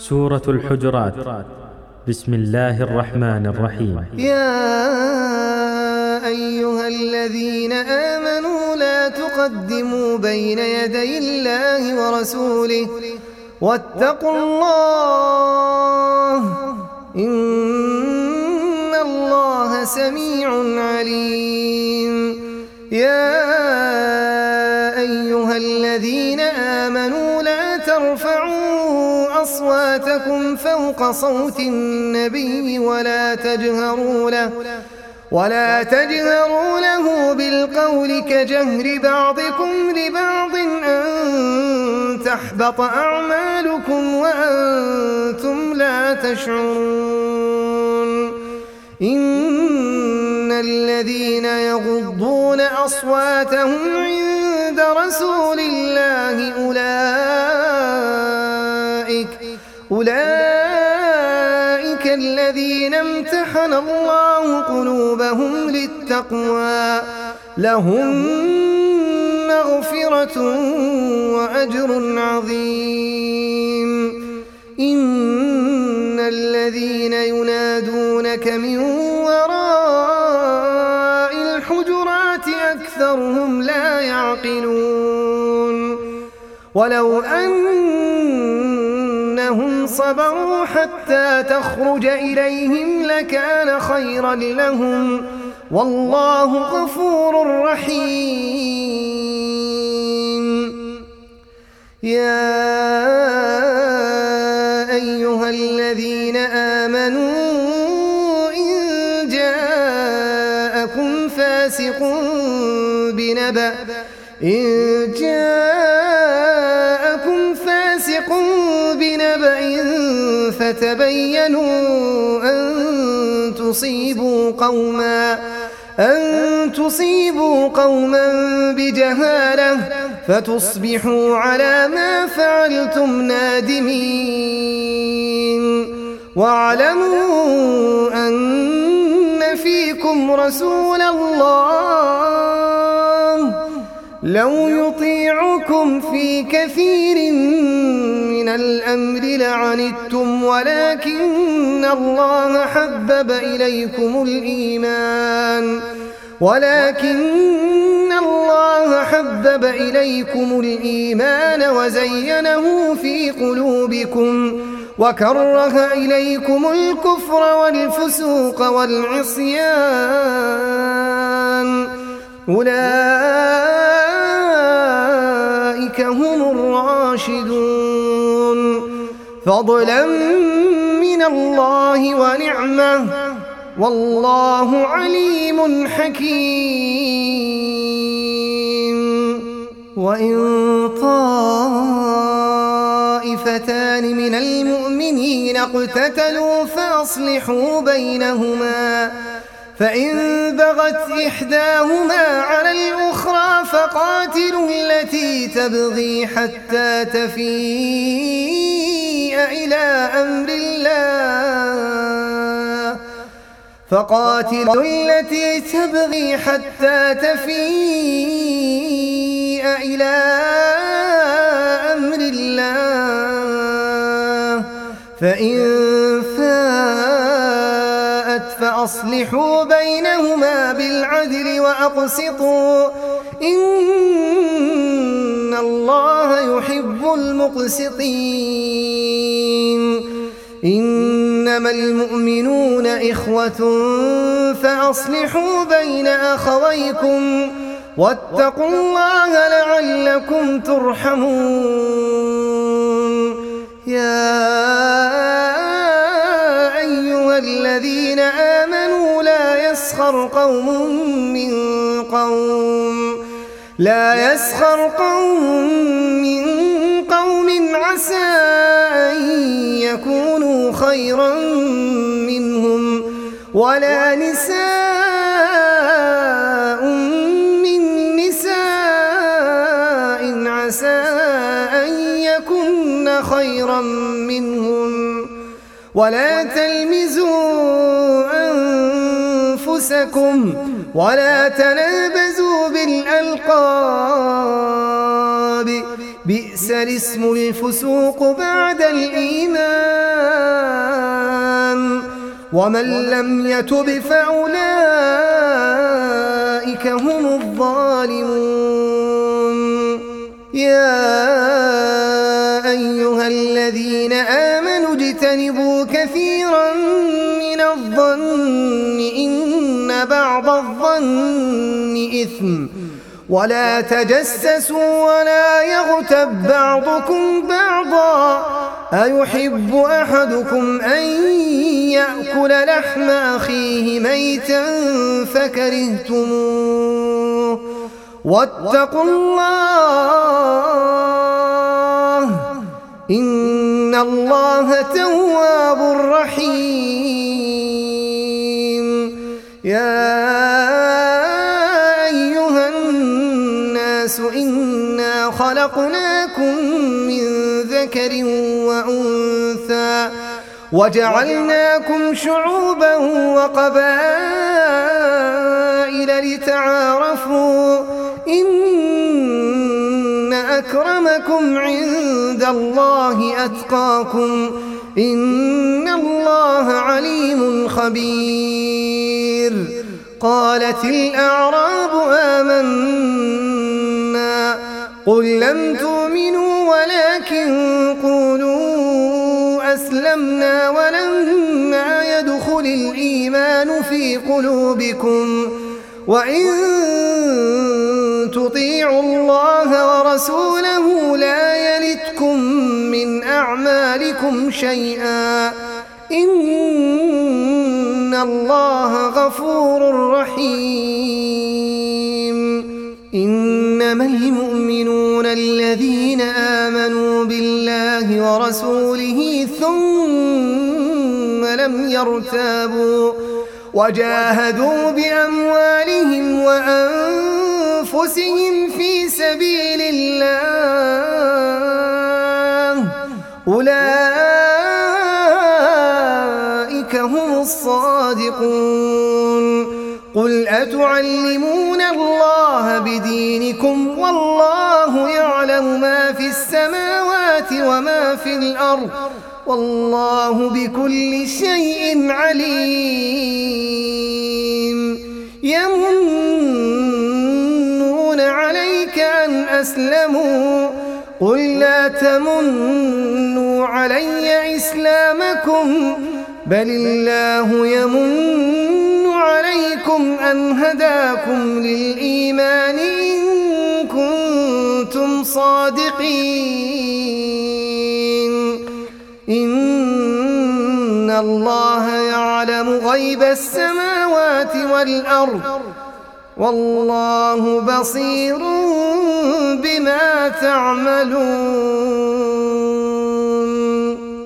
سورة الحجرات. بسم الله الرحمن الرحيم. يا أيها الذين آمنوا لا تقدموا بين يدي الله ورسوله واتقوا الله إن الله سميع عليم. يا أيها الذين آمنوا لا ترفعوا أصواتكم فوق صوت النبي ولا تجهروا له بالقول كجهر بعضكم لبعض أن تحبط أعمالكم وأنتم لا تشعرون. إن الذين يغضون أصواتهم عند رسول الله أولئك الذين امتحن الله قلوبهم للتقوى لهم مغفرة وأجر عظيم. إن الذين ينادونك من وراء الحجرات أكثرهم لا يعقلون. ولو أنهم صبروا حتى تخرج إليهم لكان خيرا لهم والله غفور رحيم. يا أيها الذين آمنوا إن جاءكم فاسق بنبأ فتبينوا أن تصيبوا قوما بجهالة فتصبحوا على ما فعلتم نادمين. واعلموا أن فيكم رسول الله لو يطيعكم في كثير من الأمر لعنتم ولكن الله حبب إليكم الإيمان وزينه في قلوبكم وكره إليكم الكفر والفسوق والعصيان أولئك هم الراشدون فضلا من الله ونعمة والله عليم حكيم. وإن طائفتان من المؤمنين اقتتلوا فأصلحوا بينهما فإن بغت إحداهما على الأخرى فقاتلوا التي تبغي حتى تفيء إلى أمر الله فإن فاءت فأصلحوا بينهما بالعدل وأقسطوا إن الله يحب المقسطين. إنما المؤمنون إخوة فأصلحوا بين أخويكم واتقوا الله لعلكم ترحمون. يا أيها الذين آمنوا لا يسخر قوم من قوم عسى أن يكونوا خيرا منهم ولا نساء من نساء عسى أن يكن خيرا منهم ولا تلمزوا أنفسكم ولا تنابزوا بالألقاب بئس الاسم الفسوق بعد الإيمان ومن لم يتب فأولئك هم الظالمون. يا أيها الذين آمنوا اجتنبوا كثيرا من الظن إن بعض الظن إثم، ولا تجسسوا ولا يغتب بعضكم بعضا، أيحب أحدكم أن يأكل لحم أخيه ميتا فكرهتموه، واتقوا الله إن الله تواب رحيم. يا أيها الناس إنا خلقناكم من ذكر وأنثى وجعلناكم شعوبا وقبائل لتعارفوا إن أكرمكم عند الله أتقاكم إن الله عليم خبير. قالت الأعراب آمنا قل لم تؤمنوا ولكن قولوا أسلمنا ولما يدخل الإيمان في قلوبكم وإن تطيعوا الله ورسوله لا يلتكم من أعمالكم شيئا إن الله غفور رحيم. إنما المؤمنون الذين آمنوا بالله ورسوله ثم لم يرتابوا وجاهدوا بأموالهم وأنفسهم في سبيل الله أولئك هم الصادقون. قل أتعلمون الله بدينكم والله يعلم ما في السماوات وما في الأرض والله بكل شيء عليم. يمنون عليك أن أسلموا قل لا تمنوا علي إسلامكم بل الله يمن عليكم أن هداكم للإيمان إن كنتم صادقين. إن الله يعلم غيب السماوات والأرض والله بصير بما تعملون.